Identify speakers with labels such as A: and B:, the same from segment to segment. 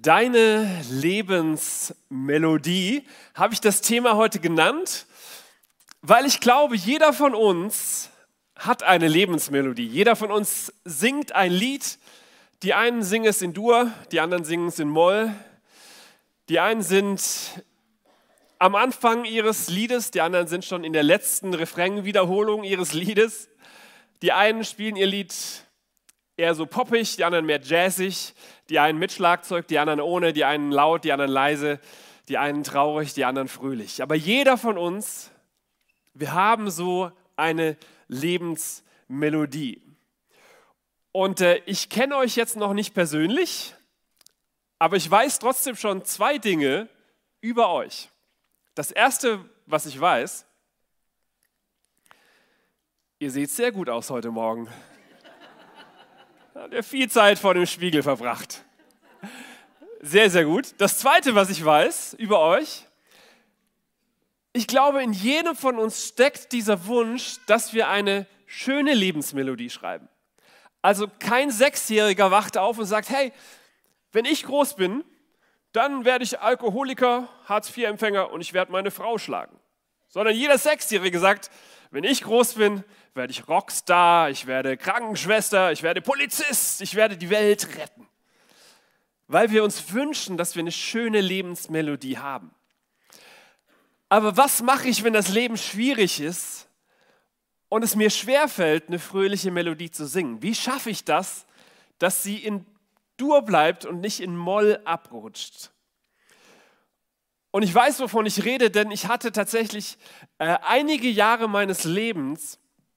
A: Deine Lebensmelodie habe ich das Thema heute genannt, weil ich glaube, jeder von uns hat eine Lebensmelodie. Jeder von uns singt ein Lied. Die einen singen es in Dur, die anderen singen es in Moll. Die einen sind am Anfang ihres Liedes, die anderen sind schon in der letzten Refrain-Wiederholung ihres Liedes. Die einen spielen ihr Lied eher so poppig, die anderen mehr jazzig, die einen mit Schlagzeug, die anderen ohne, die einen laut, die anderen leise, die einen traurig, die anderen fröhlich. Aber jeder von uns, wir haben so eine Lebensmelodie. Und ich kenne euch jetzt noch nicht persönlich, aber ich weiß trotzdem schon 2 Dinge über euch. Das erste, was ich weiß, ihr seht sehr gut aus heute Morgen. Habt ihr viel Zeit vor dem Spiegel verbracht. Sehr, sehr gut. Das zweite, was ich weiß über euch, ich glaube, in jedem von uns steckt dieser Wunsch, dass wir eine schöne Lebensmelodie schreiben. Also kein 6-Jähriger wacht auf und sagt, hey, wenn ich groß bin, dann werde ich Alkoholiker, Hartz-IV-Empfänger und ich werde meine Frau schlagen. Sondern jeder 6-Jährige sagt, wenn ich groß bin, werde ich Rockstar, ich werde Krankenschwester, ich werde Polizist, ich werde die Welt retten. Weil wir uns wünschen, dass wir eine schöne Lebensmelodie haben. Aber was mache ich, wenn das Leben schwierig ist und es mir schwerfällt, eine fröhliche Melodie zu singen? Wie schaffe ich das, dass sie in Dur bleibt und nicht in Moll abrutscht? Und ich weiß, wovon ich rede, denn ich hatte tatsächlich einige Jahre meines Lebens,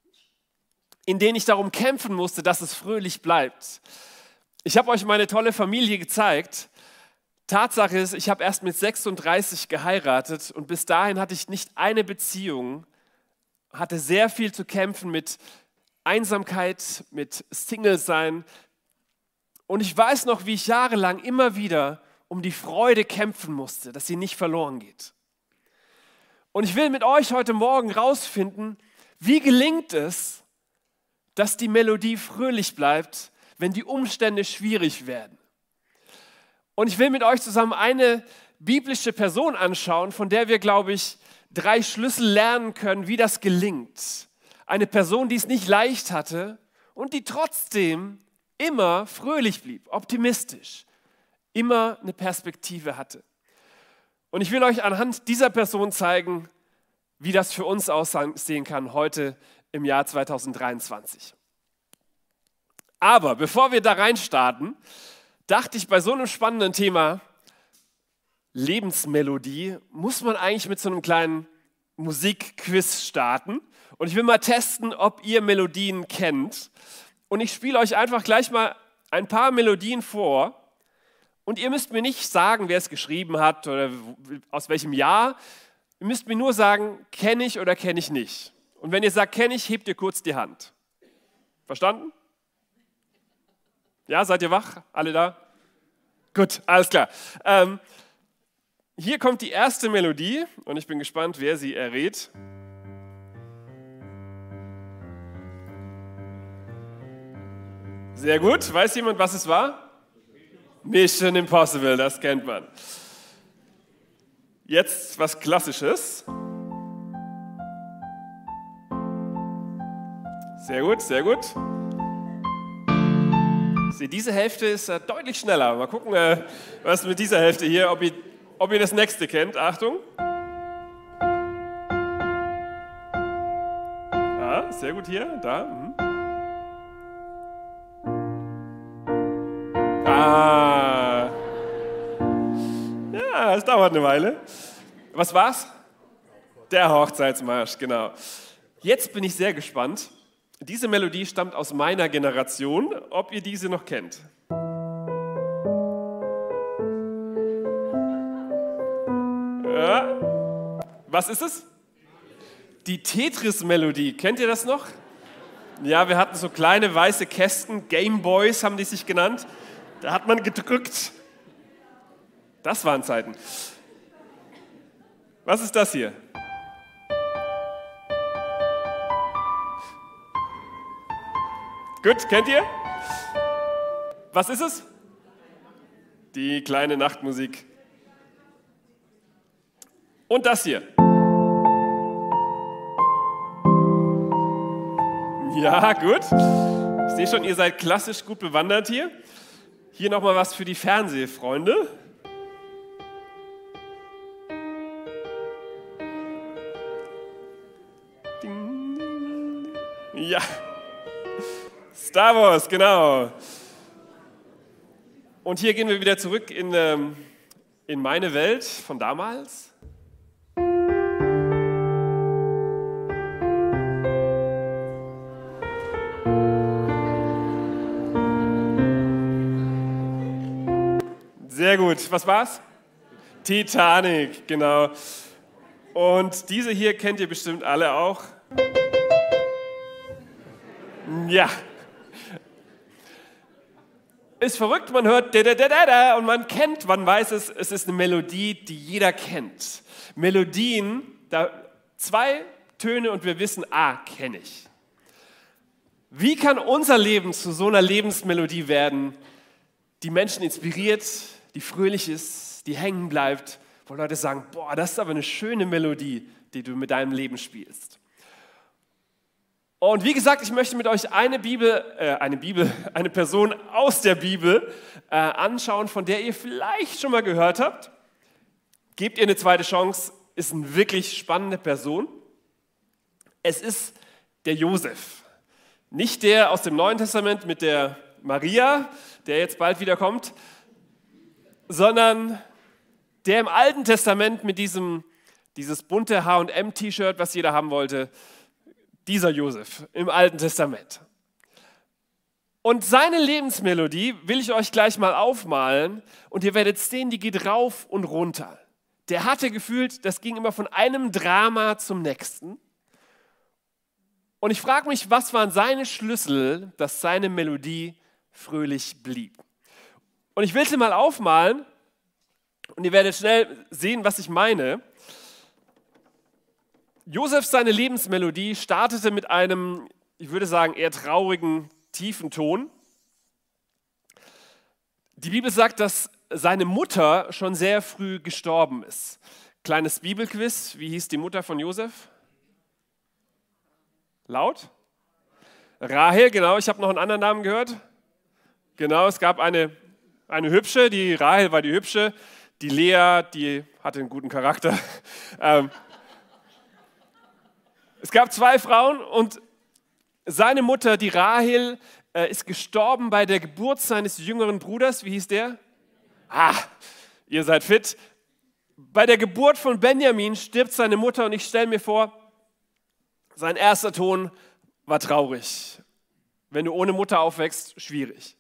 A: in denen ich darum kämpfen musste, dass es fröhlich bleibt. Ich habe euch meine tolle Familie gezeigt. Tatsache ist, ich habe erst mit 36 geheiratet und bis dahin hatte ich nicht eine Beziehung, hatte sehr viel zu kämpfen mit Einsamkeit, mit Single-Sein. Und ich weiß noch, wie ich jahrelang immer wieder um die Freude kämpfen musste, dass sie nicht verloren geht. Und ich will mit euch heute Morgen rausfinden, wie gelingt es, dass die Melodie fröhlich bleibt, wenn die Umstände schwierig werden. Und ich will mit euch zusammen eine biblische Person anschauen, von der wir, glaube ich, 3 Schlüssel lernen können, wie das gelingt. Eine Person, die es nicht leicht hatte und die trotzdem immer fröhlich blieb, optimistisch, immer eine Perspektive hatte. Und ich will euch anhand dieser Person zeigen, wie das für uns aussehen kann heute im Jahr 2023. Aber bevor wir da reinstarten, dachte ich, bei so einem spannenden Thema Lebensmelodie muss man eigentlich mit so einem kleinen Musikquiz starten. Und ich will mal testen, ob ihr Melodien kennt. Und ich spiele euch einfach gleich mal ein paar Melodien vor. Und ihr müsst mir nicht sagen, wer es geschrieben hat oder aus welchem Jahr. Ihr müsst mir nur sagen, kenne ich oder kenne ich nicht. Und wenn ihr sagt, kenne ich, hebt ihr kurz die Hand. Verstanden? Ja, seid ihr wach? Alle da? Gut, alles klar. Hier kommt die erste Melodie und ich bin gespannt, wer sie errät. Sehr gut. Weiß jemand, was es war? Mission Impossible, das kennt man. Jetzt was Klassisches. Sehr gut, sehr gut. Diese Hälfte ist deutlich schneller. Mal gucken, was mit dieser Hälfte hier, ob ihr das nächste kennt. Achtung. Ja, sehr gut hier, da. Ja, es dauert eine Weile. Was war's? Der Hochzeitsmarsch, genau. Jetzt bin ich sehr gespannt. Diese Melodie stammt aus meiner Generation, ob ihr diese noch kennt. Ja. Was ist es? Die Tetris-Melodie. Kennt ihr das noch? Ja, wir hatten so kleine weiße Kästen, Gameboys haben die sich genannt. Da hat man gedrückt. Das waren Zeiten. Was ist das hier? Gut, kennt ihr? Was ist es? Die kleine Nachtmusik. Und das hier. Ja, gut. Ich sehe schon, ihr seid klassisch gut bewandert hier. Hier nochmal was für die Fernsehfreunde. Ja, Star Wars, genau. Und hier gehen wir wieder zurück in meine Welt von damals. Sehr gut. Was war's? Titanic, genau. Und diese hier kennt ihr bestimmt alle auch. Ja. Ist verrückt, man hört da und man weiß es ist eine Melodie, die jeder kennt. Melodien, da 2 Töne und wir wissen, kenne ich. Wie kann unser Leben zu so einer Lebensmelodie werden, die Menschen inspiriert, die fröhlich ist, die hängen bleibt, wo Leute sagen, boah, das ist aber eine schöne Melodie, die du mit deinem Leben spielst. Und wie gesagt, ich möchte mit euch eine Person aus der Bibel anschauen, von der ihr vielleicht schon mal gehört habt. Gebt ihr eine zweite Chance, ist eine wirklich spannende Person. Es ist der Josef. Nicht der aus dem Neuen Testament mit der Maria, der jetzt bald wieder kommt, sondern der im Alten Testament mit dieses bunte H&M-T-Shirt, was jeder haben wollte, dieser Josef im Alten Testament. Und seine Lebensmelodie will ich euch gleich mal aufmalen und ihr werdet sehen, die geht rauf und runter. Der hatte gefühlt, das ging immer von einem Drama zum nächsten. Und ich frage mich, was waren seine Schlüssel, dass seine Melodie fröhlich blieb? Und ich will sie mal aufmalen und ihr werdet schnell sehen, was ich meine. Josef, seine Lebensmelodie, startete mit einem, ich würde sagen, eher traurigen, tiefen Ton. Die Bibel sagt, dass seine Mutter schon sehr früh gestorben ist. Kleines Bibelquiz, wie hieß die Mutter von Josef? Laut? Rahel, genau, ich habe noch einen anderen Namen gehört. Genau, es gab eine hübsche, die Rahel war die hübsche, die Lea, die hatte einen guten Charakter. Es gab 2 Frauen und seine Mutter, die Rahel, ist gestorben bei der Geburt seines jüngeren Bruders. Wie hieß der? Ihr seid fit. Bei der Geburt von Benjamin stirbt seine Mutter und ich stelle mir vor, sein erster Ton war traurig. Wenn du ohne Mutter aufwächst, schwierig.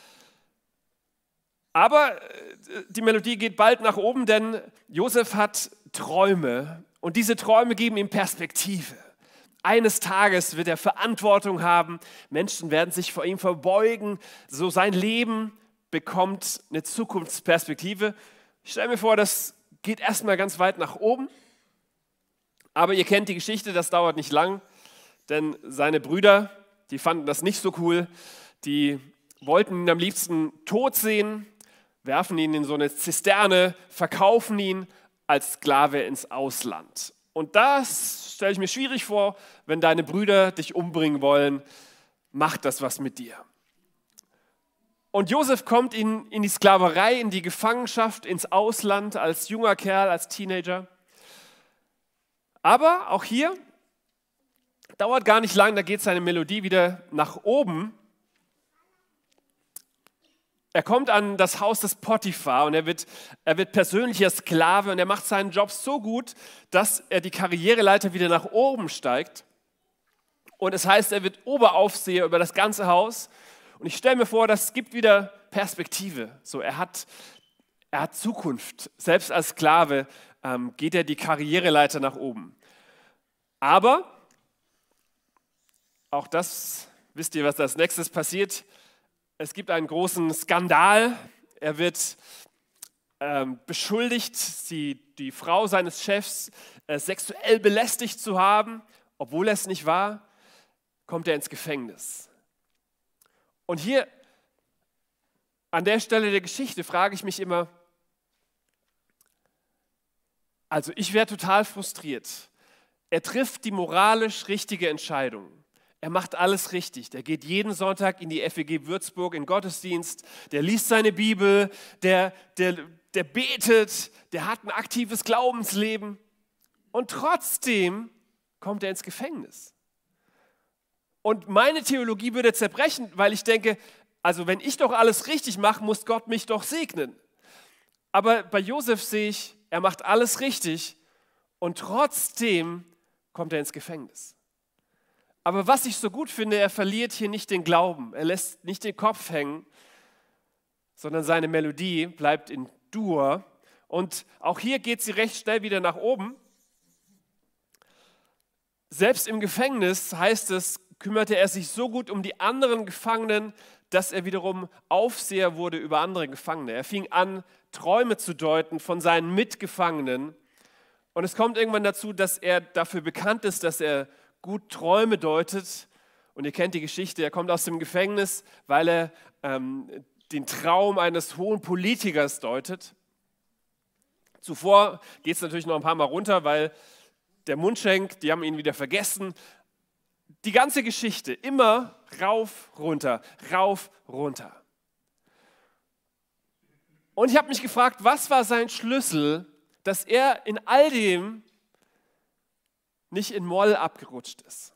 A: Aber die Melodie geht bald nach oben, denn Josef hat Träume und diese Träume geben ihm Perspektive. Eines Tages wird er Verantwortung haben, Menschen werden sich vor ihm verbeugen, so sein Leben bekommt eine Zukunftsperspektive. Ich stelle mir vor, das geht erstmal ganz weit nach oben, aber ihr kennt die Geschichte, das dauert nicht lang, denn seine Brüder, die fanden das nicht so cool, die wollten ihn am liebsten tot sehen, werfen ihn in so eine Zisterne, verkaufen ihn als Sklave ins Ausland. Und das stelle ich mir schwierig vor, wenn deine Brüder dich umbringen wollen, macht das was mit dir. Und Josef kommt in die Sklaverei, in die Gefangenschaft, ins Ausland als junger Kerl, als Teenager. Aber auch hier dauert gar nicht lang, da geht seine Melodie wieder nach oben. Er kommt an das Haus des Potiphar und er wird persönlicher Sklave und er macht seinen Job so gut, dass er die Karriereleiter wieder nach oben steigt. Und es heißt, er wird Oberaufseher über das ganze Haus. Und ich stelle mir vor, das gibt wieder Perspektive. So, er hat Zukunft. Selbst als Sklave geht er die Karriereleiter nach oben. Aber, auch das, wisst ihr, was als nächstes passiert? Es gibt einen großen Skandal. Er wird beschuldigt, die Frau seines Chefs sexuell belästigt zu haben. Obwohl er es nicht war, kommt er ins Gefängnis. Und hier An der Stelle der Geschichte frage ich mich immer, also ich wäre total frustriert. Er trifft die moralisch richtige Entscheidung. Er macht alles richtig. Der geht jeden Sonntag in die FEG Würzburg in Gottesdienst, der liest seine Bibel, der betet, der hat ein aktives Glaubensleben. Und trotzdem kommt er ins Gefängnis. Und meine Theologie würde zerbrechen, weil ich denke, also wenn ich doch alles richtig mache, muss Gott mich doch segnen. Aber bei Josef sehe ich, er macht alles richtig und trotzdem kommt er ins Gefängnis. Aber was ich so gut finde, er verliert hier nicht den Glauben, er lässt nicht den Kopf hängen, sondern seine Melodie bleibt in Dur. Und auch hier geht sie recht schnell wieder nach oben. Selbst im Gefängnis, heißt es, kümmerte er sich so gut um die anderen Gefangenen, dass er wiederum Aufseher wurde über andere Gefangene. Er fing an, Träume zu deuten von seinen Mitgefangenen. Und es kommt irgendwann dazu, dass er dafür bekannt ist, dass er gut Träume deutet. Und ihr kennt die Geschichte, er kommt aus dem Gefängnis, weil er den Traum eines hohen Politikers deutet. Zuvor geht es natürlich noch ein paar Mal runter, weil der Mundschenk, die haben ihn wieder vergessen. Die ganze Geschichte, immer rauf, runter, rauf, runter. Und ich habe mich gefragt, was war sein Schlüssel, dass er in all dem nicht in Moll abgerutscht ist?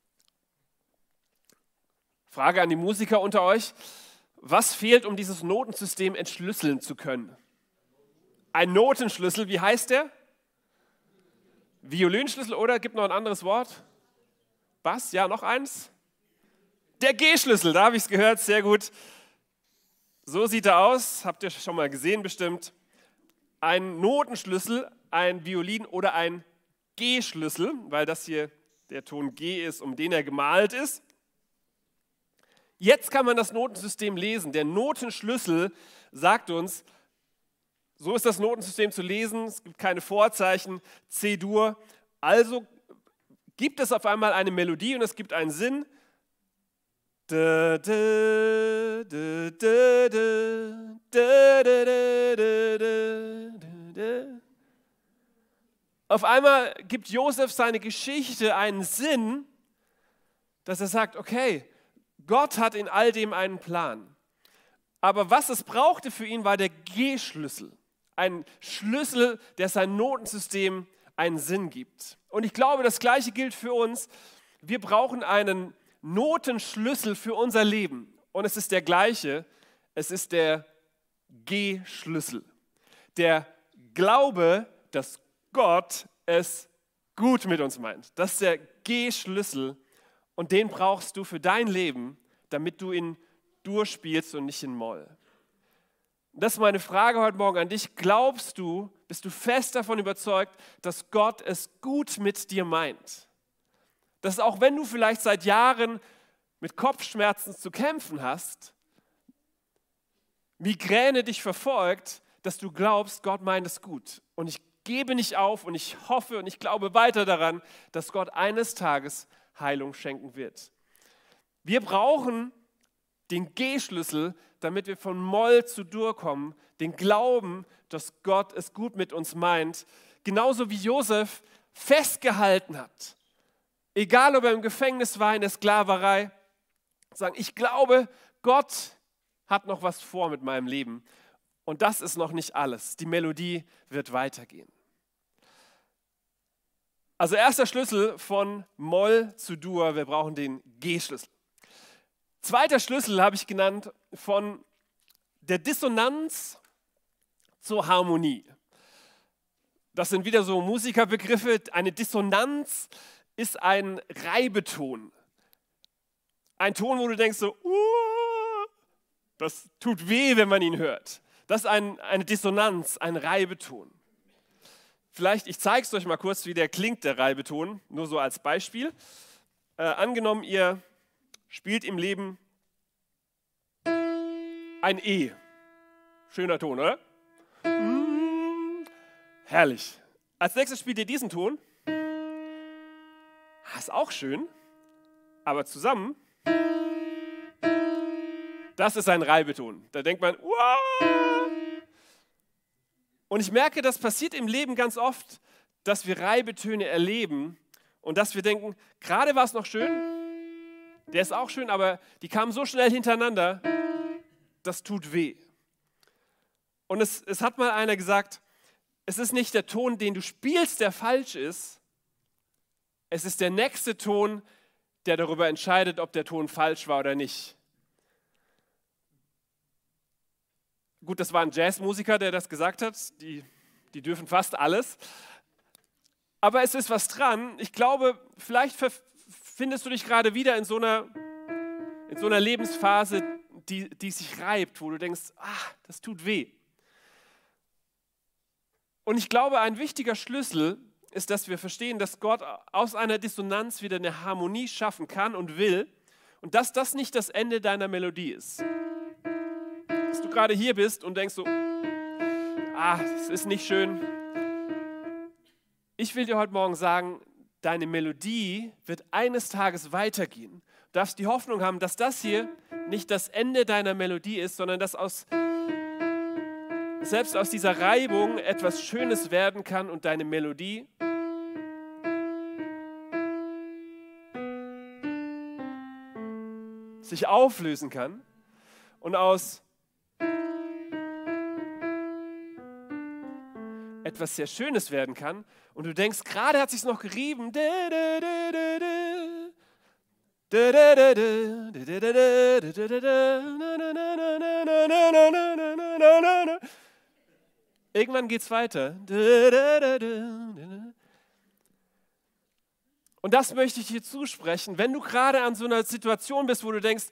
A: Frage an die Musiker unter euch, was fehlt, um dieses Notensystem entschlüsseln zu können? Ein Notenschlüssel, wie heißt der? Violinschlüssel oder gibt noch ein anderes Wort? Bass, ja, noch eins? Der G-Schlüssel, da habe ich es gehört, sehr gut. So sieht er aus, habt ihr schon mal gesehen bestimmt. Ein Notenschlüssel, ein Violin oder ein G-Schlüssel, weil das hier der Ton G ist, um den er gemalt ist. Jetzt kann man das Notensystem lesen. Der Notenschlüssel sagt uns, so ist das Notensystem zu lesen, es gibt keine Vorzeichen, C-Dur. Also gibt es auf einmal eine Melodie und es gibt einen Sinn. Auf einmal gibt Josef seine Geschichte einen Sinn, dass er sagt, okay, Gott hat in all dem einen Plan. Aber was es brauchte für ihn, war der G-Schlüssel. Ein Schlüssel, der sein Notensystem einen Sinn gibt. Und ich glaube, das Gleiche gilt für uns. Wir brauchen einen Notenschlüssel für unser Leben. Und es ist der gleiche. Es ist der G-Schlüssel. Der Glaube, dass Gott es gut mit uns meint. Das ist der G-Schlüssel. Und den brauchst du für dein Leben, damit du in Dur spielst und nicht in Moll. Das ist meine Frage heute Morgen an dich. Glaubst du, bist du fest davon überzeugt, dass Gott es gut mit dir meint? Dass auch wenn du vielleicht seit Jahren mit Kopfschmerzen zu kämpfen hast, Migräne dich verfolgt, dass du glaubst, Gott meint es gut. Und ich gebe nicht auf und ich hoffe und ich glaube weiter daran, dass Gott eines Tages Heilung schenken wird. Wir brauchen den G-Schlüssel, damit wir von Moll zu Dur kommen, den Glauben, dass Gott es gut mit uns meint, genauso wie Josef festgehalten hat. Egal, ob er im Gefängnis war, in der Sklaverei, sagen, ich glaube, Gott hat noch was vor mit meinem Leben. Und das ist noch nicht alles. Die Melodie wird weitergehen. Also erster Schlüssel von Moll zu Dur, wir brauchen den G-Schlüssel. Zweiter Schlüssel habe ich genannt von der Dissonanz zur Harmonie. Das sind wieder so Musikerbegriffe. Eine Dissonanz ist ein Reibeton. Ein Ton, wo du denkst so, das tut weh, wenn man ihn hört. Das ist eine Dissonanz, ein Reibeton. Vielleicht, ich zeige es euch mal kurz, wie der klingt, der Reibeton, nur so als Beispiel. Angenommen, ihr spielt im Leben ein E. Schöner Ton, oder? Herrlich. Als nächstes spielt ihr diesen Ton. Ist auch schön, aber zusammen, Das ist ein Reibeton. Da denkt man, wow! Und ich merke, das passiert im Leben ganz oft, dass wir Reibetöne erleben und dass wir denken, gerade war es noch schön, der ist auch schön, aber die kamen so schnell hintereinander, das tut weh. Und es hat mal einer gesagt, es ist nicht der Ton, den du spielst, der falsch ist, es ist der nächste Ton, der darüber entscheidet, ob der Ton falsch war oder nicht. Gut, das war ein Jazzmusiker, der das gesagt hat. Die dürfen fast alles. Aber es ist was dran. Ich glaube, vielleicht findest du dich gerade wieder in so einer Lebensphase, die sich reibt, wo du denkst, das tut weh. Und ich glaube, ein wichtiger Schlüssel ist, dass wir verstehen, dass Gott aus einer Dissonanz wieder eine Harmonie schaffen kann und will und dass das nicht das Ende deiner Melodie ist. Dass du gerade hier bist und denkst so, das ist nicht schön. Ich will dir heute Morgen sagen, deine Melodie wird eines Tages weitergehen. Du darfst die Hoffnung haben, dass das hier nicht das Ende deiner Melodie ist, sondern dass selbst aus dieser Reibung etwas Schönes werden kann und deine Melodie sich auflösen kann und aus etwas sehr Schönes werden kann und du denkst, gerade hat es sich noch gerieben. Irgendwann geht es weiter. Und das möchte ich dir zusprechen, wenn du gerade an so einer Situation bist, wo du denkst,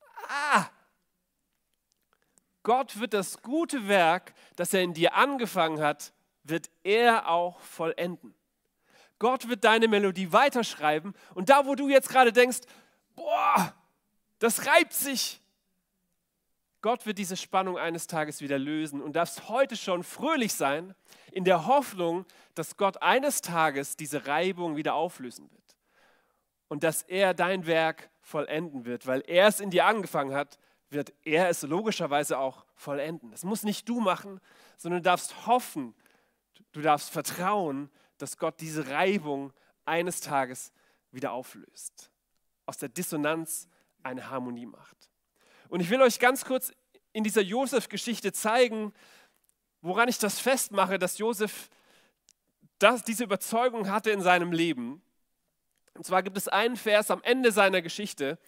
A: Gott wird das gute Werk, das er in dir angefangen hat, wird er auch vollenden. Gott wird deine Melodie weiterschreiben und da, wo du jetzt gerade denkst, das reibt sich, Gott wird diese Spannung eines Tages wieder lösen und darfst heute schon fröhlich sein, in der Hoffnung, dass Gott eines Tages diese Reibung wieder auflösen wird und dass er dein Werk vollenden wird, weil er es in dir angefangen hat, wird er es logischerweise auch vollenden. Das muss nicht du machen, sondern du darfst hoffen, du darfst vertrauen, dass Gott diese Reibung eines Tages wieder auflöst. Aus der Dissonanz eine Harmonie macht. Und ich will euch ganz kurz in dieser Josef-Geschichte zeigen, woran ich das festmache, dass Josef diese Überzeugung hatte in seinem Leben. Und zwar gibt es einen Vers am Ende seiner Geschichte.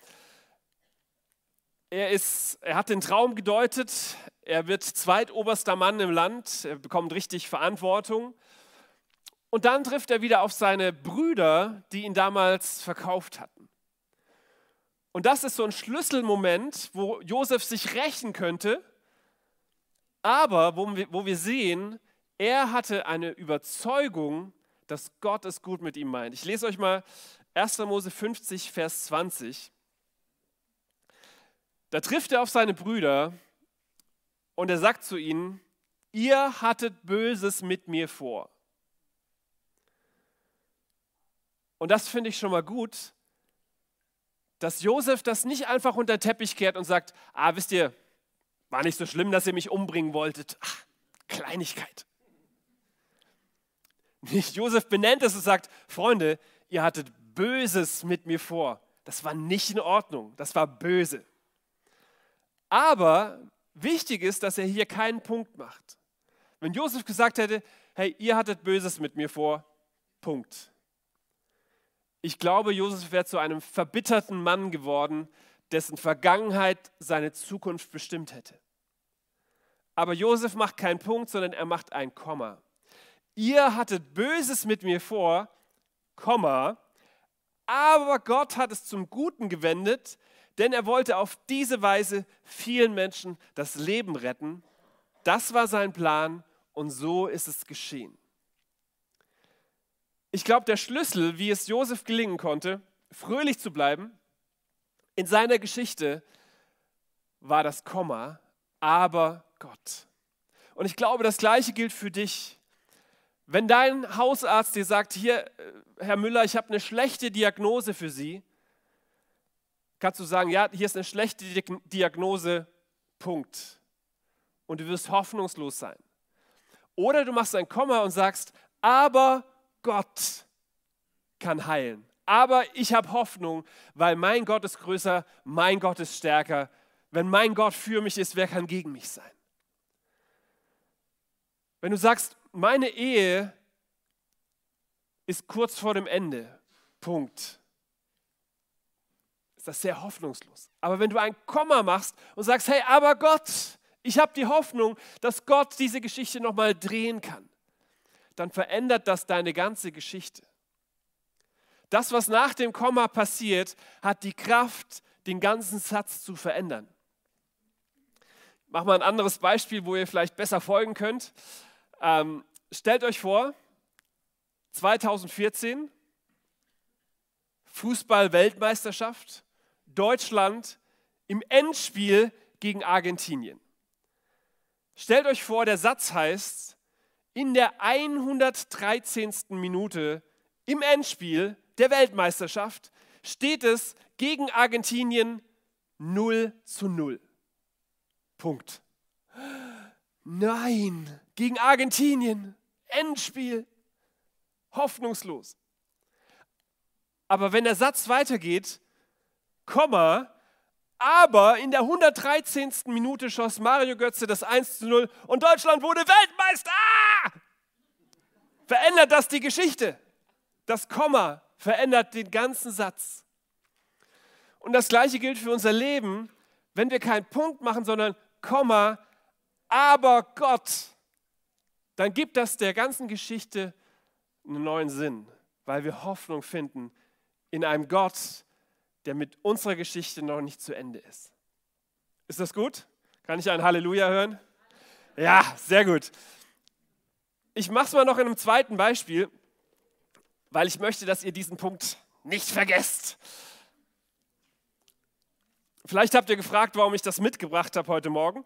A: Er hat den Traum gedeutet, er wird zweitoberster Mann im Land, er bekommt richtig Verantwortung. Und dann trifft er wieder auf seine Brüder, die ihn damals verkauft hatten. Und das ist so ein Schlüsselmoment, wo Josef sich rächen könnte, aber wo wir sehen, er hatte eine Überzeugung, dass Gott es gut mit ihm meint. Ich lese euch mal 1. Mose 50, Vers 20. Da trifft er auf seine Brüder und er sagt zu ihnen, ihr hattet Böses mit mir vor. Und das finde ich schon mal gut, dass Josef das nicht einfach unter den Teppich kehrt und sagt, wisst ihr, war nicht so schlimm, dass ihr mich umbringen wolltet. Kleinigkeit. Nicht, Josef benennt es und sagt, Freunde, ihr hattet Böses mit mir vor. Das war nicht in Ordnung, das war böse. Aber wichtig ist, dass er hier keinen Punkt macht. Wenn Josef gesagt hätte, hey, ihr hattet Böses mit mir vor, Punkt. Ich glaube, Josef wäre zu einem verbitterten Mann geworden, dessen Vergangenheit seine Zukunft bestimmt hätte. Aber Josef macht keinen Punkt, sondern er macht ein Komma. Ihr hattet Böses mit mir vor, Komma, aber Gott hat es zum Guten gewendet, denn er wollte auf diese Weise vielen Menschen das Leben retten. Das war sein Plan und so ist es geschehen. Ich glaube, der Schlüssel, wie es Josef gelingen konnte, fröhlich zu bleiben, in seiner Geschichte war das Komma, aber Gott. Und ich glaube, das Gleiche gilt für dich. Wenn dein Hausarzt dir sagt, hier, Herr Müller, ich habe eine schlechte Diagnose für Sie, kannst du sagen, ja, hier ist eine schlechte Diagnose, Punkt. Und du wirst hoffnungslos sein. Oder du machst ein Komma und sagst, aber Gott kann heilen. Aber ich habe Hoffnung, weil mein Gott ist größer, mein Gott ist stärker. Wenn mein Gott für mich ist, wer kann gegen mich sein? Wenn du sagst, meine Ehe ist kurz vor dem Ende, Punkt, ist das sehr hoffnungslos. Aber wenn du ein Komma machst und sagst, hey, aber Gott, ich habe die Hoffnung, dass Gott diese Geschichte nochmal drehen kann, dann verändert das deine ganze Geschichte. Das, was nach dem Komma passiert, hat die Kraft, den ganzen Satz zu verändern. Ich mache mal ein anderes Beispiel, wo ihr vielleicht besser folgen könnt. Stellt euch vor, 2014, Fußball-Weltmeisterschaft, Deutschland im Endspiel gegen Argentinien. Stellt euch vor, der Satz heißt, in der 113. Minute im Endspiel der Weltmeisterschaft steht es gegen Argentinien 0:0. Punkt. Nein, gegen Argentinien, Endspiel, hoffnungslos. Aber wenn der Satz weitergeht, Komma, aber in der 113. Minute schoss Mario Götze das 1:0 und Deutschland wurde Weltmeister. Verändert das die Geschichte? Das Komma verändert den ganzen Satz. Und das Gleiche gilt für unser Leben, wenn wir keinen Punkt machen, sondern Komma, aber Gott, dann gibt das der ganzen Geschichte einen neuen Sinn, weil wir Hoffnung finden in einem Gott, der mit unserer Geschichte noch nicht zu Ende ist. Ist das gut? Kann ich ein Halleluja hören? Ja, sehr gut. Ich mache es mal noch in einem zweiten Beispiel, weil ich möchte, dass ihr diesen Punkt nicht vergesst. Vielleicht habt ihr gefragt, warum ich das mitgebracht habe heute Morgen.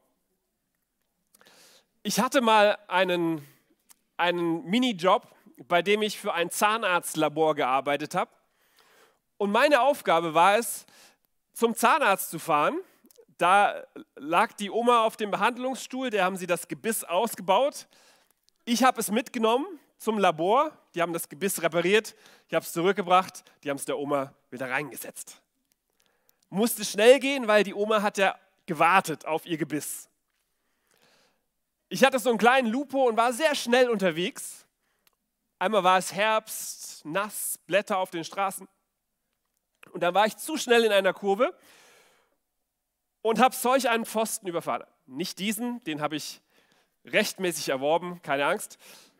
A: Ich hatte mal einen Minijob, bei dem ich für ein Zahnarztlabor gearbeitet habe. Und meine Aufgabe war es, zum Zahnarzt zu fahren. Da lag die Oma auf dem Behandlungsstuhl, der haben sie das Gebiss ausgebaut. Ich habe es mitgenommen zum Labor, die haben das Gebiss repariert, ich habe es zurückgebracht, die haben es der Oma wieder reingesetzt. Musste schnell gehen, weil die Oma hat ja gewartet auf ihr Gebiss. Ich hatte so einen kleinen Lupo und war sehr schnell unterwegs. Einmal war es Herbst, nass, Blätter auf den Straßen. Und dann war ich zu schnell in einer Kurve und habe solch einen Pfosten überfahren. Nicht diesen, den habe ich rechtmäßig erworben, keine Angst.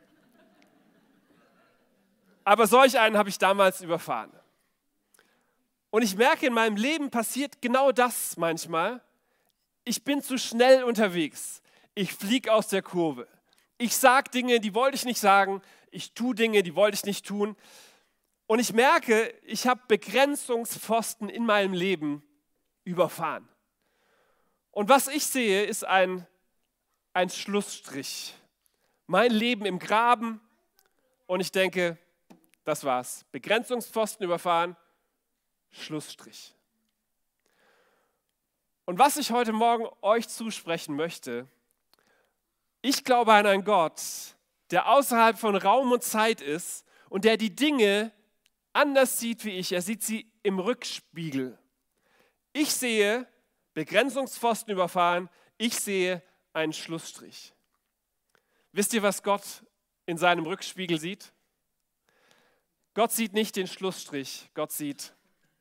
A: Aber solch einen habe ich damals überfahren. Und ich merke, in meinem Leben passiert genau das manchmal. Ich bin zu schnell unterwegs. Ich fliege aus der Kurve. Ich sage Dinge, die wollte ich nicht sagen. Ich tue Dinge, die wollte ich nicht tun. Und ich merke, ich habe Begrenzungspfosten in meinem Leben überfahren. Und was ich sehe, ist ein Schlussstrich. Mein Leben im Graben. Und ich denke, das war's. Begrenzungspfosten überfahren, Schlussstrich. Und was ich heute Morgen euch zusprechen möchte, ich glaube an einen Gott, der außerhalb von Raum und Zeit ist und der die Dinge anders sieht wie ich. Er sieht sie im Rückspiegel. Ich sehe Begrenzungspfosten überfahren, ich sehe einen Schlussstrich. Wisst ihr, was Gott in seinem Rückspiegel sieht? Gott sieht nicht den Schlussstrich, Gott sieht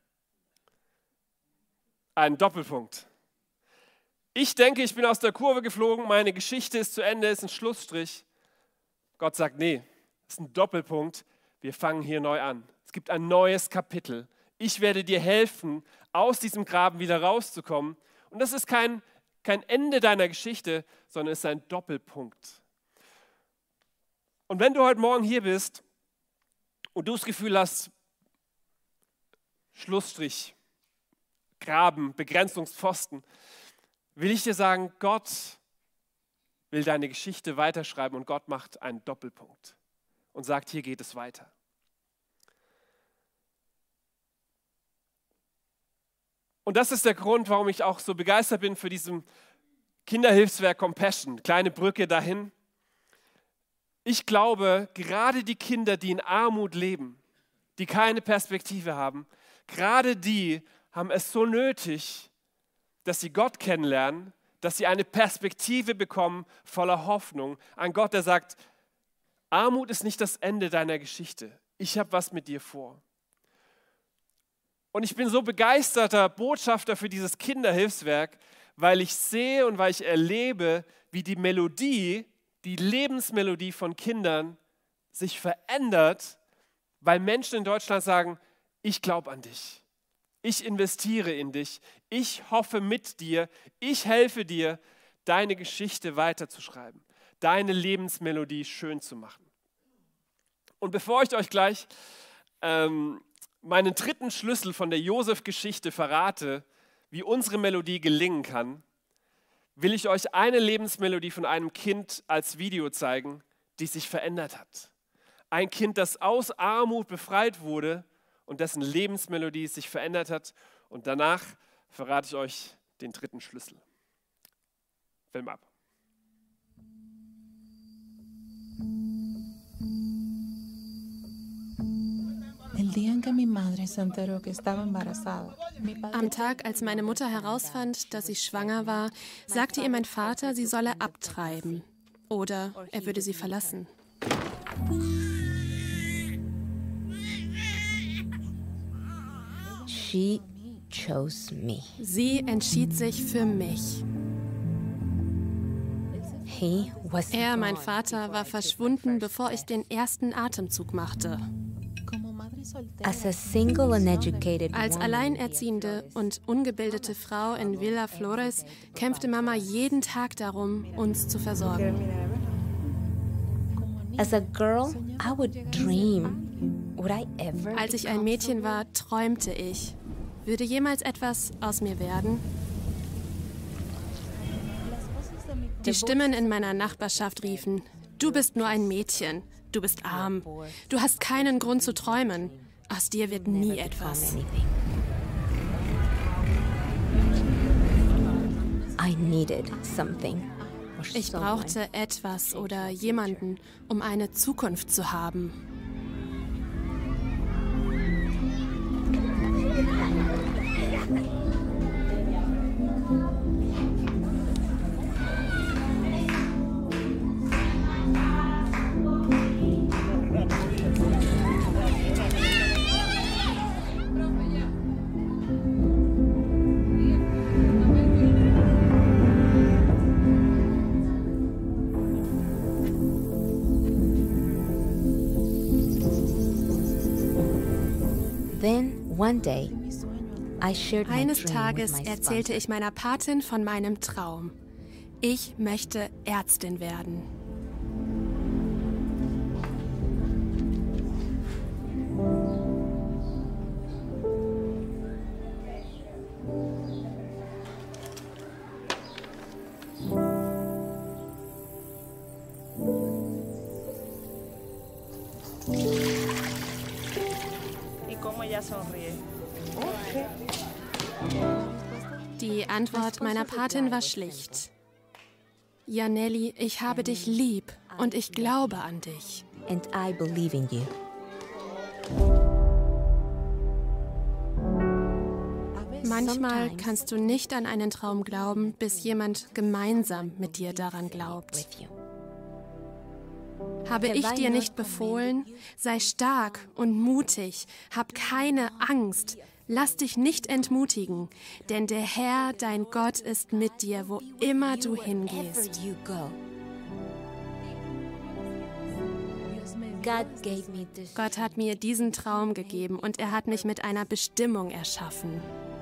A: einen Doppelpunkt. Ich denke, ich bin aus der Kurve geflogen, meine Geschichte ist zu Ende, ist ein Schlussstrich. Gott sagt, nee, das ist ein Doppelpunkt, wir fangen hier neu an. Es gibt ein neues Kapitel. Ich werde dir helfen, aus diesem Graben wieder rauszukommen. Und das ist kein Ende deiner Geschichte, sondern es ist ein Doppelpunkt. Und wenn du heute Morgen hier bist und du das Gefühl hast, Schlussstrich, Graben, Begrenzungspfosten, will ich dir sagen, Gott will deine Geschichte weiterschreiben und Gott macht einen Doppelpunkt und sagt, hier geht es weiter. Und das ist der Grund, warum ich auch so begeistert bin für diesen Kinderhilfswerk Compassion, kleine Brücke dahin. Ich glaube, gerade die Kinder, die in Armut leben, die keine Perspektive haben, gerade die haben es so nötig, dass sie Gott kennenlernen, dass sie eine Perspektive bekommen voller Hoffnung. Ein Gott, der sagt, Armut ist nicht das Ende deiner Geschichte. Ich habe was mit dir vor. Und ich bin so begeisterter Botschafter für dieses Kinderhilfswerk, weil ich sehe und weil ich erlebe, wie die Melodie, die Lebensmelodie von Kindern sich verändert, weil Menschen in Deutschland sagen, ich glaube an dich, ich investiere in dich, ich hoffe mit dir, ich helfe dir, deine Geschichte weiterzuschreiben, deine Lebensmelodie schön zu machen. Und bevor ich euch gleich meinen dritten Schlüssel von der Josef-Geschichte verrate, wie unsere Melodie gelingen kann, will ich euch eine Lebensmelodie von einem Kind als Video zeigen, die sich verändert hat. Ein Kind, das aus Armut befreit wurde und dessen Lebensmelodie sich verändert hat. Und danach verrate ich euch den dritten Schlüssel. Film ab.
B: Am Tag, als meine Mutter herausfand, dass sie schwanger war, sagte ihr mein Vater, sie solle abtreiben oder er würde sie verlassen.
C: She chose me.
B: Sie entschied sich für mich. Er, mein Vater, war verschwunden, bevor ich den ersten Atemzug machte.
C: As a single and educated
B: Als alleinerziehende und ungebildete Frau in Villa Flores kämpfte Mama jeden Tag darum, uns zu versorgen.
C: As a girl, I would dream. Would I ever?
B: Als ich ein Mädchen war, träumte ich. Würde jemals etwas aus mir werden? Die Stimmen in meiner Nachbarschaft riefen, du bist nur ein Mädchen, du bist arm, du hast keinen Grund zu träumen, aus dir wird nie etwas.
C: I needed something.
B: Ich brauchte etwas oder jemanden, um eine Zukunft zu haben.
C: Then, one day, I shared my
B: Eines
C: dream
B: Tages
C: with my
B: erzählte
C: sponsor.
B: ich meiner Patin von meinem Traum. Ich möchte Ärztin werden. Die Antwort meiner Patin war schlicht. Janelli, ich habe dich lieb und ich glaube an dich.
C: And I believe in you.
B: Manchmal kannst du nicht an einen Traum glauben, bis jemand gemeinsam mit dir daran glaubt.
C: With you.
B: Habe ich dir nicht befohlen? Sei stark und mutig, hab keine Angst, lass dich nicht entmutigen, denn der Herr, dein Gott, ist mit dir, wo immer du hingehst.
C: Wherever you go. God gave me this.
B: Gott hat mir diesen Traum gegeben und er hat mich mit einer Bestimmung erschaffen.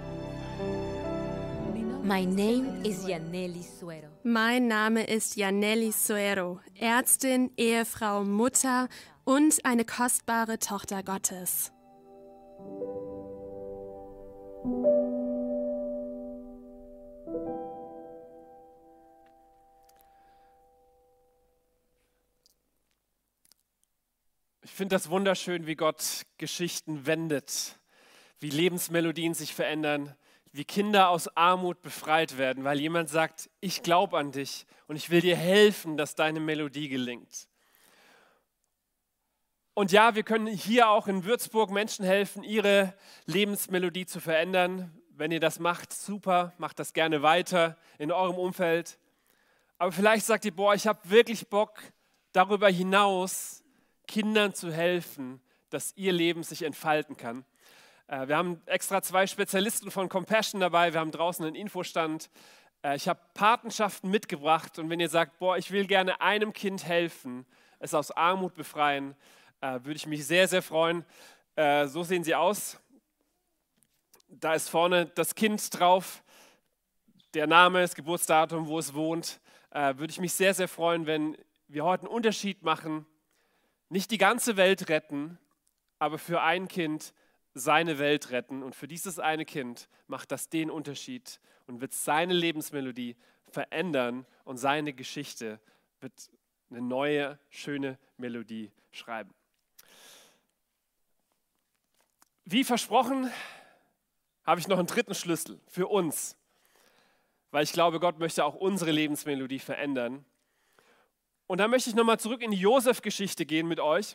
C: My name is Yaneli Suero.
B: Mein Name ist Janelli Suero, Ärztin, Ehefrau, Mutter und eine kostbare Tochter Gottes.
A: Ich finde das wunderschön, wie Gott Geschichten wendet, wie Lebensmelodien sich verändern, wie Kinder aus Armut befreit werden, weil jemand sagt, ich glaube an dich und ich will dir helfen, dass deine Melodie gelingt. Und ja, wir können hier auch in Würzburg Menschen helfen, ihre Lebensmelodie zu verändern. Wenn ihr das macht, super, macht das gerne weiter in eurem Umfeld. Aber vielleicht sagt ihr, boah, ich habe wirklich Bock, darüber hinaus Kindern zu helfen, dass ihr Leben sich entfalten kann. Wir haben extra 2 Spezialisten von Compassion dabei, wir haben draußen einen Infostand. Ich habe Patenschaften mitgebracht und wenn ihr sagt, boah, ich will gerne einem Kind helfen, es aus Armut befreien, würde ich mich sehr, sehr freuen. So sehen sie aus. Da ist vorne das Kind drauf, der Name, das Geburtsdatum, wo es wohnt. Würde ich mich sehr, sehr freuen, wenn wir heute einen Unterschied machen, nicht die ganze Welt retten, aber für ein Kind seine Welt retten. Und für dieses eine Kind macht das den Unterschied und wird seine Lebensmelodie verändern und seine Geschichte wird eine neue, schöne Melodie schreiben. Wie versprochen, habe ich noch einen dritten Schlüssel für uns, weil ich glaube, Gott möchte auch unsere Lebensmelodie verändern. Und da möchte ich nochmal zurück in die Josef-Geschichte gehen mit euch.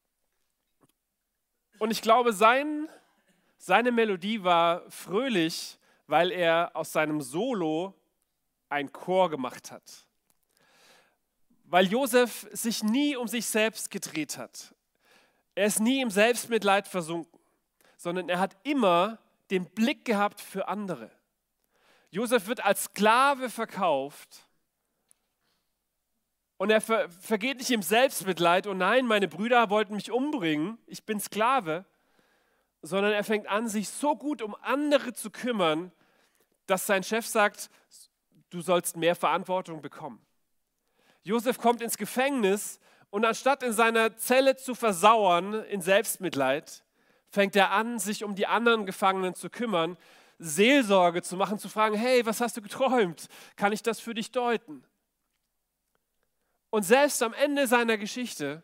A: Und ich glaube, seine Melodie war fröhlich, weil er aus seinem Solo einen Chor gemacht hat. Weil Josef sich nie um sich selbst gedreht hat. Er ist nie im Selbstmitleid versunken, sondern er hat immer den Blick gehabt für andere. Josef wird als Sklave verkauft und er vergeht nicht im Selbstmitleid, oh nein, meine Brüder wollten mich umbringen, ich bin Sklave, sondern er fängt an, sich so gut um andere zu kümmern, dass sein Chef sagt, du sollst mehr Verantwortung bekommen. Josef kommt ins Gefängnis und anstatt in seiner Zelle zu versauern in Selbstmitleid, fängt er an, sich um die anderen Gefangenen zu kümmern, Seelsorge zu machen, zu fragen, hey, was hast du geträumt? Kann ich das für dich deuten? Und selbst am Ende seiner Geschichte,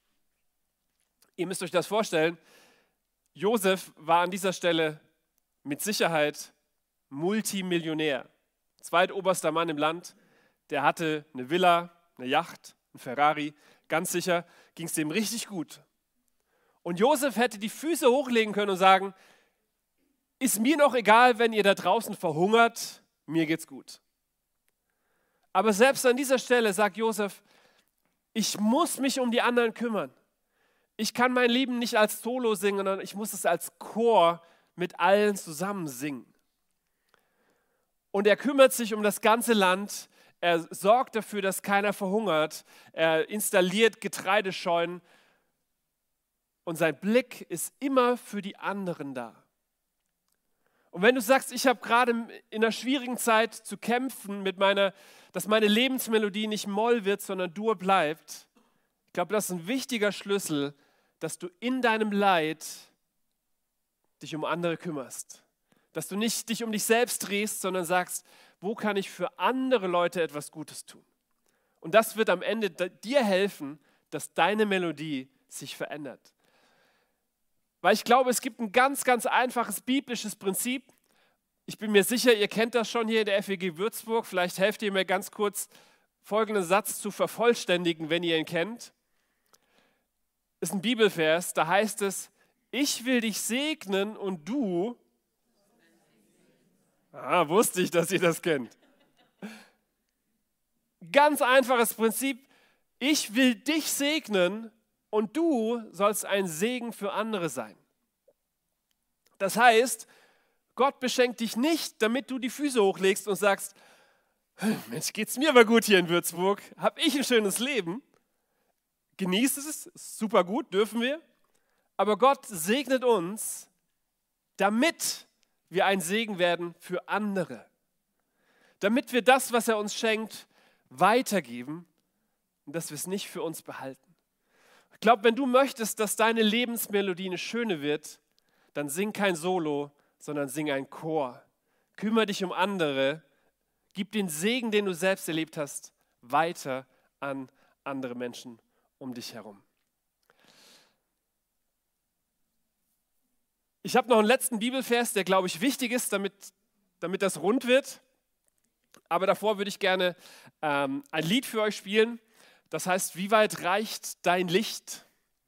A: ihr müsst euch das vorstellen, Josef war an dieser Stelle mit Sicherheit Multimillionär. Zweitoberster Mann im Land, der hatte eine Villa, eine Yacht, ein Ferrari, ganz sicher ging es dem richtig gut. Und Josef hätte die Füße hochlegen können und sagen, ist mir noch egal, wenn ihr da draußen verhungert, mir geht's gut. Aber selbst an dieser Stelle sagt Josef, ich muss mich um die anderen kümmern. Ich kann mein Leben nicht als Solo singen, sondern ich muss es als Chor mit allen zusammen singen. Und er kümmert sich um das ganze Land, er sorgt dafür, dass keiner verhungert, er installiert Getreidescheunen, und sein Blick ist immer für die anderen da. Und wenn du sagst, ich habe gerade in einer schwierigen Zeit zu kämpfen, dass meine Lebensmelodie nicht Moll wird, sondern Dur bleibt, ich glaube, das ist ein wichtiger Schlüssel, dass du in deinem Leid dich um andere kümmerst. Dass du nicht dich um dich selbst drehst, sondern sagst, wo kann ich für andere Leute etwas Gutes tun? Und das wird am Ende dir helfen, dass deine Melodie sich verändert. Weil ich glaube, es gibt ein ganz, ganz einfaches biblisches Prinzip. Ich bin mir sicher, ihr kennt das schon hier in der FEG Würzburg. Vielleicht helft ihr mir ganz kurz, folgenden Satz zu vervollständigen, wenn ihr ihn kennt. Das ist ein Bibelvers, da heißt es, ich will dich segnen und du... wusste ich, dass ihr das kennt. Ganz einfaches Prinzip, ich will dich segnen und du sollst ein Segen für andere sein. Das heißt, Gott beschenkt dich nicht, damit du die Füße hochlegst und sagst, Mensch, geht's mir aber gut hier in Würzburg, habe ich ein schönes Leben. Genießt es, ist super gut, dürfen wir. Aber Gott segnet uns, damit wir ein Segen werden für andere. Damit wir das, was er uns schenkt, weitergeben und dass wir es nicht für uns behalten. Ich glaube, wenn du möchtest, dass deine Lebensmelodie eine schöne wird, dann sing kein Solo, sondern sing ein Chor. Kümmere dich um andere, gib den Segen, den du selbst erlebt hast, weiter an andere Menschen um dich herum. Ich habe noch einen letzten Bibelvers, der, glaube ich, wichtig ist, damit damit das rund wird. Aber davor würde ich gerne ein Lied für euch spielen. Das heißt, wie weit reicht dein Licht?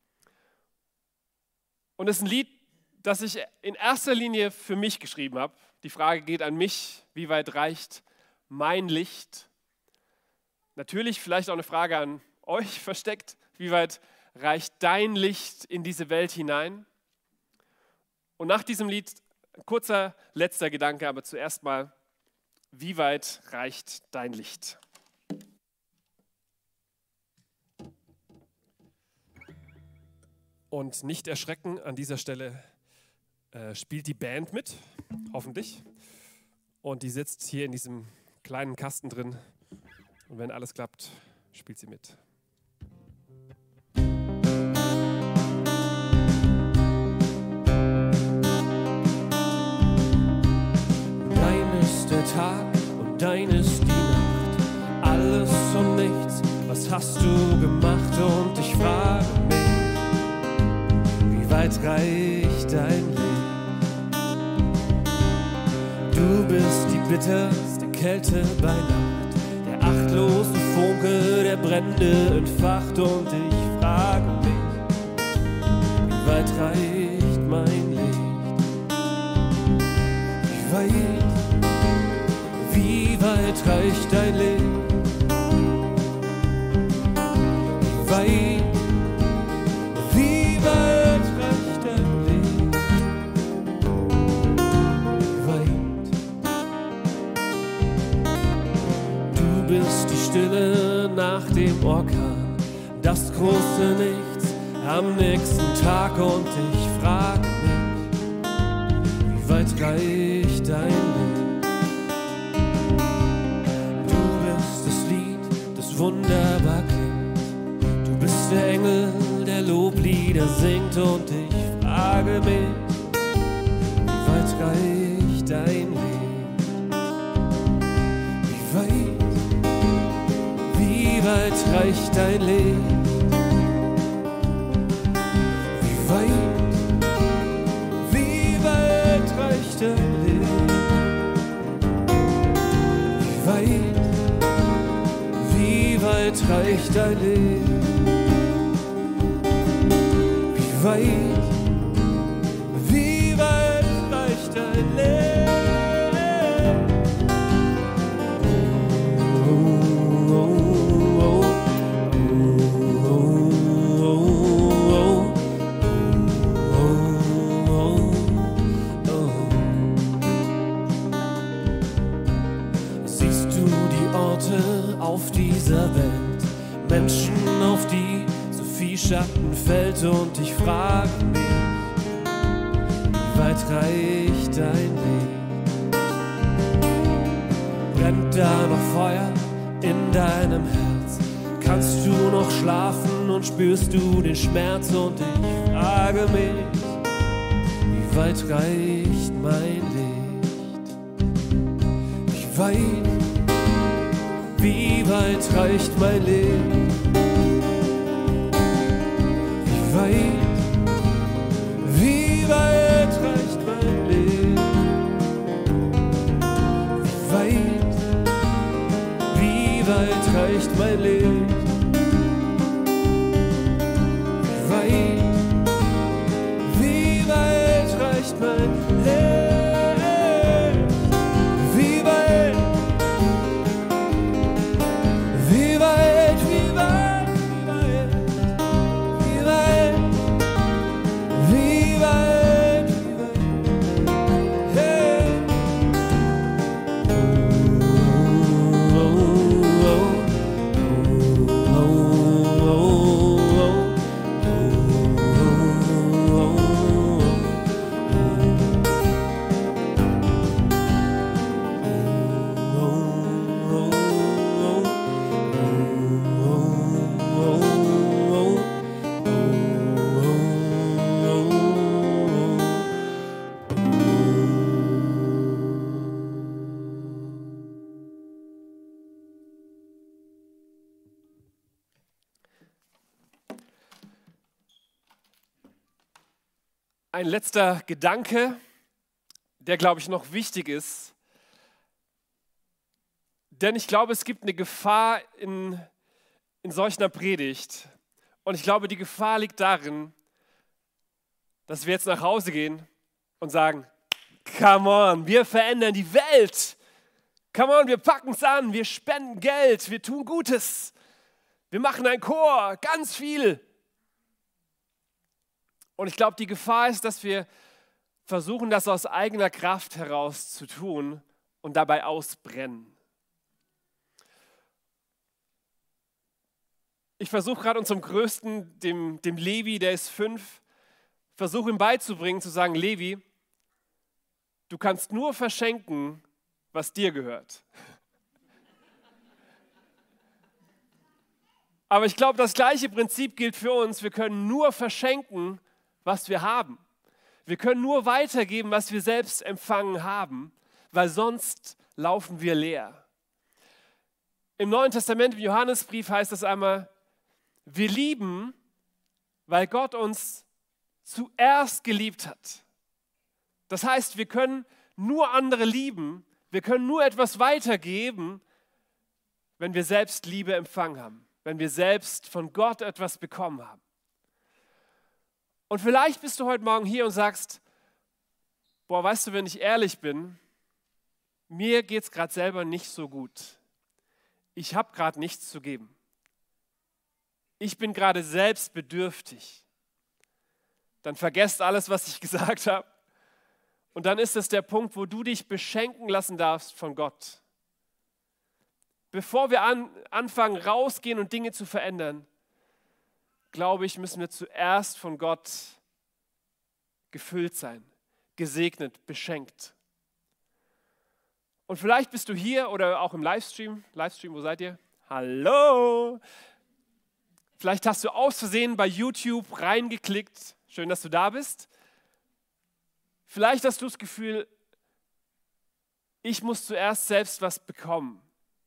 A: Und es ist ein Lied, das ich in erster Linie für mich geschrieben habe. Die Frage geht an mich, wie weit reicht mein Licht? Natürlich vielleicht auch eine Frage an euch versteckt, wie weit reicht dein Licht in diese Welt hinein? Und nach diesem Lied ein kurzer letzter Gedanke, aber zuerst mal, wie weit reicht dein Licht? Und nicht erschrecken, an dieser Stelle spielt die Band mit, hoffentlich. Und die sitzt hier in diesem kleinen Kasten drin. Und wenn alles klappt, spielt sie mit. Dein ist der Tag und dein ist die Nacht. Alles und nichts, was hast du gemacht? Und ich frage mich, wie weit reicht dein Licht? Du bist die bitterste Kälte bei Nacht, der achtlose Funke, der Brände entfacht. Und ich frage mich, wie weit reicht mein Licht? Wie weit reicht dein Licht? Wie weit reicht dein Licht? Wie weit? Du bist die Stille nach dem Orkan, das große Nichts am nächsten Tag. Und ich frage mich, wie weit reicht dein Licht? Du bist das Lied, das wunderbar klingt. Du bist der Engel, der Loblieder singt. Und ich frage mich, wie weit reicht dein Licht? Wie weit reicht dein Licht? Wie weit reicht dein Licht? Wie weit reicht dein Licht? Wie weit reicht dein Licht? Siehst du die Orte auf dieser Welt, Menschen, auf die so viel Schatten fällt? Und ich frage mich, wie weit reicht dein Licht? Brennt da noch Feuer in deinem Herz? Kannst du noch schlafen und spürst du den Schmerz? Und ich frage mich, wie weit reicht mein Licht? Wie weit reicht mein Licht? Wie weit reicht mein Licht? Wie weit reicht mein Licht? Wie weit reicht mein Licht? Ein letzter Gedanke, der, glaube ich, noch wichtig ist, Denn ich glaube, es gibt eine Gefahr in solch einer Predigt. Und ich glaube, die Gefahr liegt darin, dass wir jetzt nach Hause gehen und sagen, come on, wir verändern die Welt. Come on, wir packen es an, wir spenden Geld, wir tun Gutes. Wir machen einen Chor, ganz viel. Und ich glaube, die Gefahr ist, dass wir versuchen, das aus eigener Kraft heraus zu tun und dabei ausbrennen. Ich versuche gerade unserem Größten, dem Levi, der ist 5, versuche ihm beizubringen, zu sagen, Levi, du kannst nur verschenken, was dir gehört. Aber ich glaube, das gleiche Prinzip gilt für uns. Wir können nur verschenken, was wir haben. Wir können nur weitergeben, was wir selbst empfangen haben, weil sonst laufen wir leer. Im Neuen Testament, im Johannesbrief heißt es einmal, wir lieben, weil Gott uns zuerst geliebt hat. Das heißt, wir können nur andere lieben, wir können nur etwas weitergeben, wenn wir selbst Liebe empfangen haben, wenn wir selbst von Gott etwas bekommen haben. Und vielleicht bist du heute Morgen hier und sagst, boah, weißt du, wenn ich ehrlich bin, mir geht es gerade selber nicht so gut. Ich habe gerade nichts zu geben. Ich bin gerade selbst bedürftig. Dann vergesst alles, was ich gesagt habe. Und dann ist es der Punkt, wo du dich beschenken lassen darfst von Gott. Bevor wir anfangen, rausgehen und Dinge zu verändern, glaube ich, müssen wir zuerst von Gott gefüllt sein, gesegnet, beschenkt. Und vielleicht bist du hier oder auch im Livestream. Livestream, wo seid ihr? Hallo! Vielleicht hast du aus Versehen bei YouTube reingeklickt. Schön, dass du da bist. Vielleicht hast du das Gefühl, ich muss zuerst selbst was bekommen.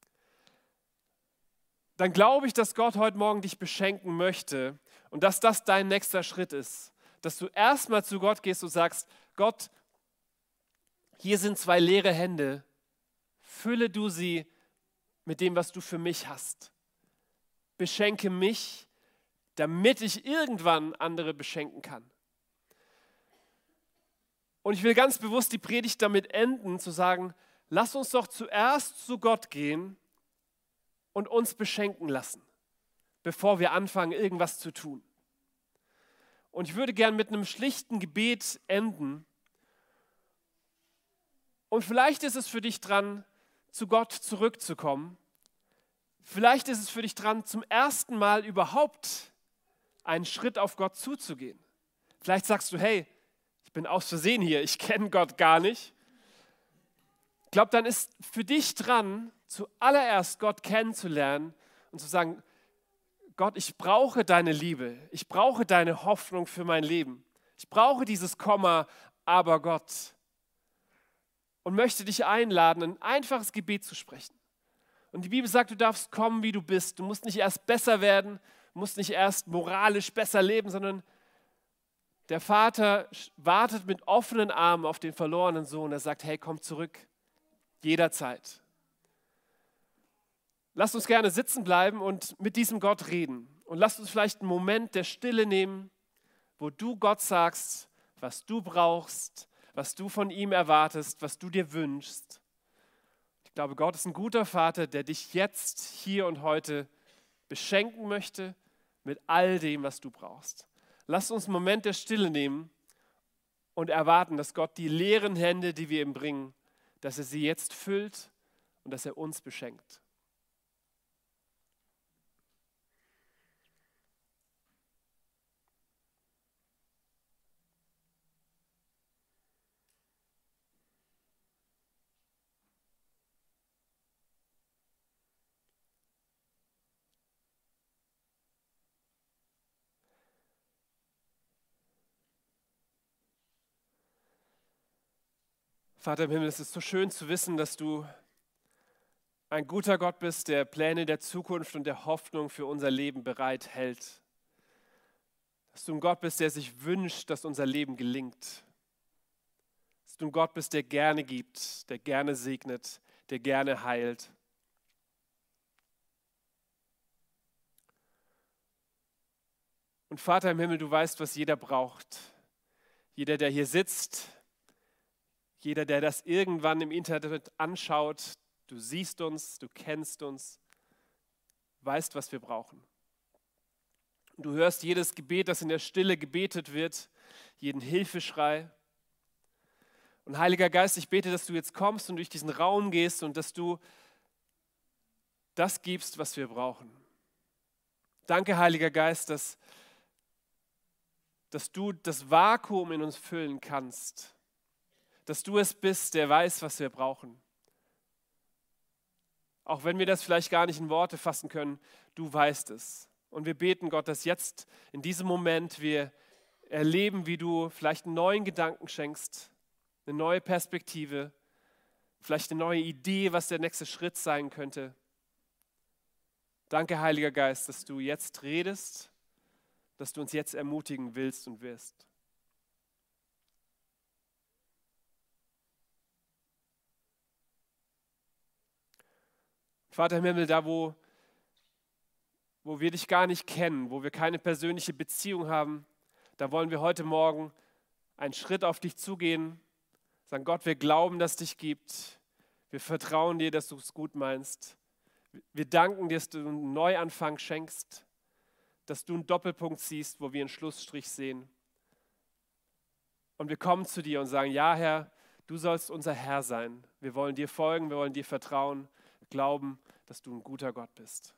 A: Dann glaube ich, dass Gott heute Morgen dich beschenken möchte und dass das dein nächster Schritt ist. Dass du erstmal zu Gott gehst und sagst, Gott, hier sind 2 leere Hände, fülle du sie mit dem, was du für mich hast. Beschenke mich, damit ich irgendwann andere beschenken kann. Und ich will ganz bewusst die Predigt damit enden, zu sagen, lass uns doch zuerst zu Gott gehen und uns beschenken lassen, bevor wir anfangen, irgendwas zu tun. Und ich würde gern mit einem schlichten Gebet enden. Und vielleicht ist es für dich dran, zu Gott zurückzukommen. Vielleicht ist es für dich dran, zum ersten Mal überhaupt einen Schritt auf Gott zuzugehen. Vielleicht sagst du, hey, ich bin aus Versehen hier, ich kenne Gott gar nicht. Ich glaube, dann ist für dich dran, zuallererst Gott kennenzulernen und zu sagen, Gott, ich brauche deine Liebe, ich brauche deine Hoffnung für mein Leben. Ich brauche dieses Komma, aber Gott. Und möchte dich einladen, ein einfaches Gebet zu sprechen. Und die Bibel sagt, du darfst kommen, wie du bist. Du musst nicht erst besser werden, du musst nicht erst moralisch besser leben, sondern der Vater wartet mit offenen Armen auf den verlorenen Sohn. Er sagt, hey, komm zurück, jederzeit. Lasst uns gerne sitzen bleiben und mit diesem Gott reden. Und lasst uns vielleicht einen Moment der Stille nehmen, wo du Gott sagst, was du brauchst, was du von ihm erwartest, was du dir wünschst. Ich glaube, Gott ist ein guter Vater, der dich jetzt, hier und heute beschenken möchte mit all dem, was du brauchst. Lass uns einen Moment der Stille nehmen und erwarten, dass Gott die leeren Hände, die wir ihm bringen, dass er sie jetzt füllt und dass er uns beschenkt. Vater im Himmel, es ist so schön zu wissen, dass du ein guter Gott bist, der Pläne der Zukunft und der Hoffnung für unser Leben bereithält. Dass du ein Gott bist, der sich wünscht, dass unser Leben gelingt. Dass du ein Gott bist, der gerne gibt, der gerne segnet, der gerne heilt. Und Vater im Himmel, du weißt, was jeder braucht. Jeder, der hier sitzt, jeder, der das irgendwann im Internet anschaut, du siehst uns, du kennst uns, weißt, was wir brauchen. Du hörst jedes Gebet, das in der Stille gebetet wird, jeden Hilfeschrei. Und Heiliger Geist, ich bete, dass du jetzt kommst und durch diesen Raum gehst und dass du das gibst, was wir brauchen. Danke, Heiliger Geist, dass du das Vakuum in uns füllen kannst. Dass du es bist, der weiß, was wir brauchen. Auch wenn wir das vielleicht gar nicht in Worte fassen können, du weißt es. Und wir beten, Gott, dass jetzt in diesem Moment wir erleben, wie du vielleicht einen neuen Gedanken schenkst, eine neue Perspektive, vielleicht eine neue Idee, was der nächste Schritt sein könnte. Danke, Heiliger Geist, dass du jetzt redest, dass du uns jetzt ermutigen willst und wirst. Vater im Himmel, da wo wir dich gar nicht kennen, wo wir keine persönliche Beziehung haben, da wollen wir heute Morgen einen Schritt auf dich zugehen, sagen, Gott, wir glauben, dass es dich gibt. Wir vertrauen dir, dass du es gut meinst. Wir danken dir, dass du einen Neuanfang schenkst, dass du einen Doppelpunkt siehst, wo wir einen Schlussstrich sehen. Und wir kommen zu dir und sagen, ja Herr, du sollst unser Herr sein. Wir wollen dir folgen, wir wollen dir vertrauen, glauben, dass du ein guter Gott bist.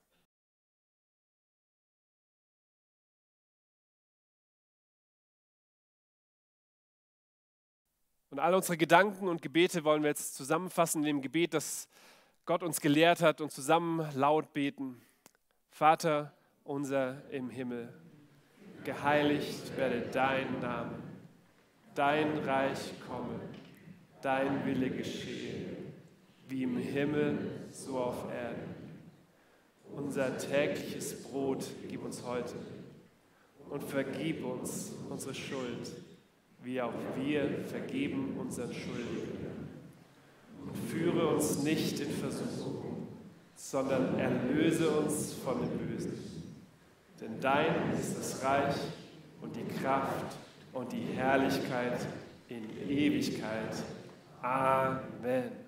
A: Und all unsere Gedanken und Gebete wollen wir jetzt zusammenfassen in dem Gebet, das Gott uns gelehrt hat und zusammen laut beten. Vater unser im Himmel, geheiligt werde dein Name, dein Reich komme, dein Wille geschehe, wie im Himmel, so auf Erden. Unser tägliches Brot gib uns heute und vergib uns unsere Schuld, wie auch wir vergeben unseren Schuldigen. Und führe uns nicht in Versuchung, sondern erlöse uns von dem Bösen. Denn dein ist das Reich und die Kraft und die Herrlichkeit in Ewigkeit. Amen.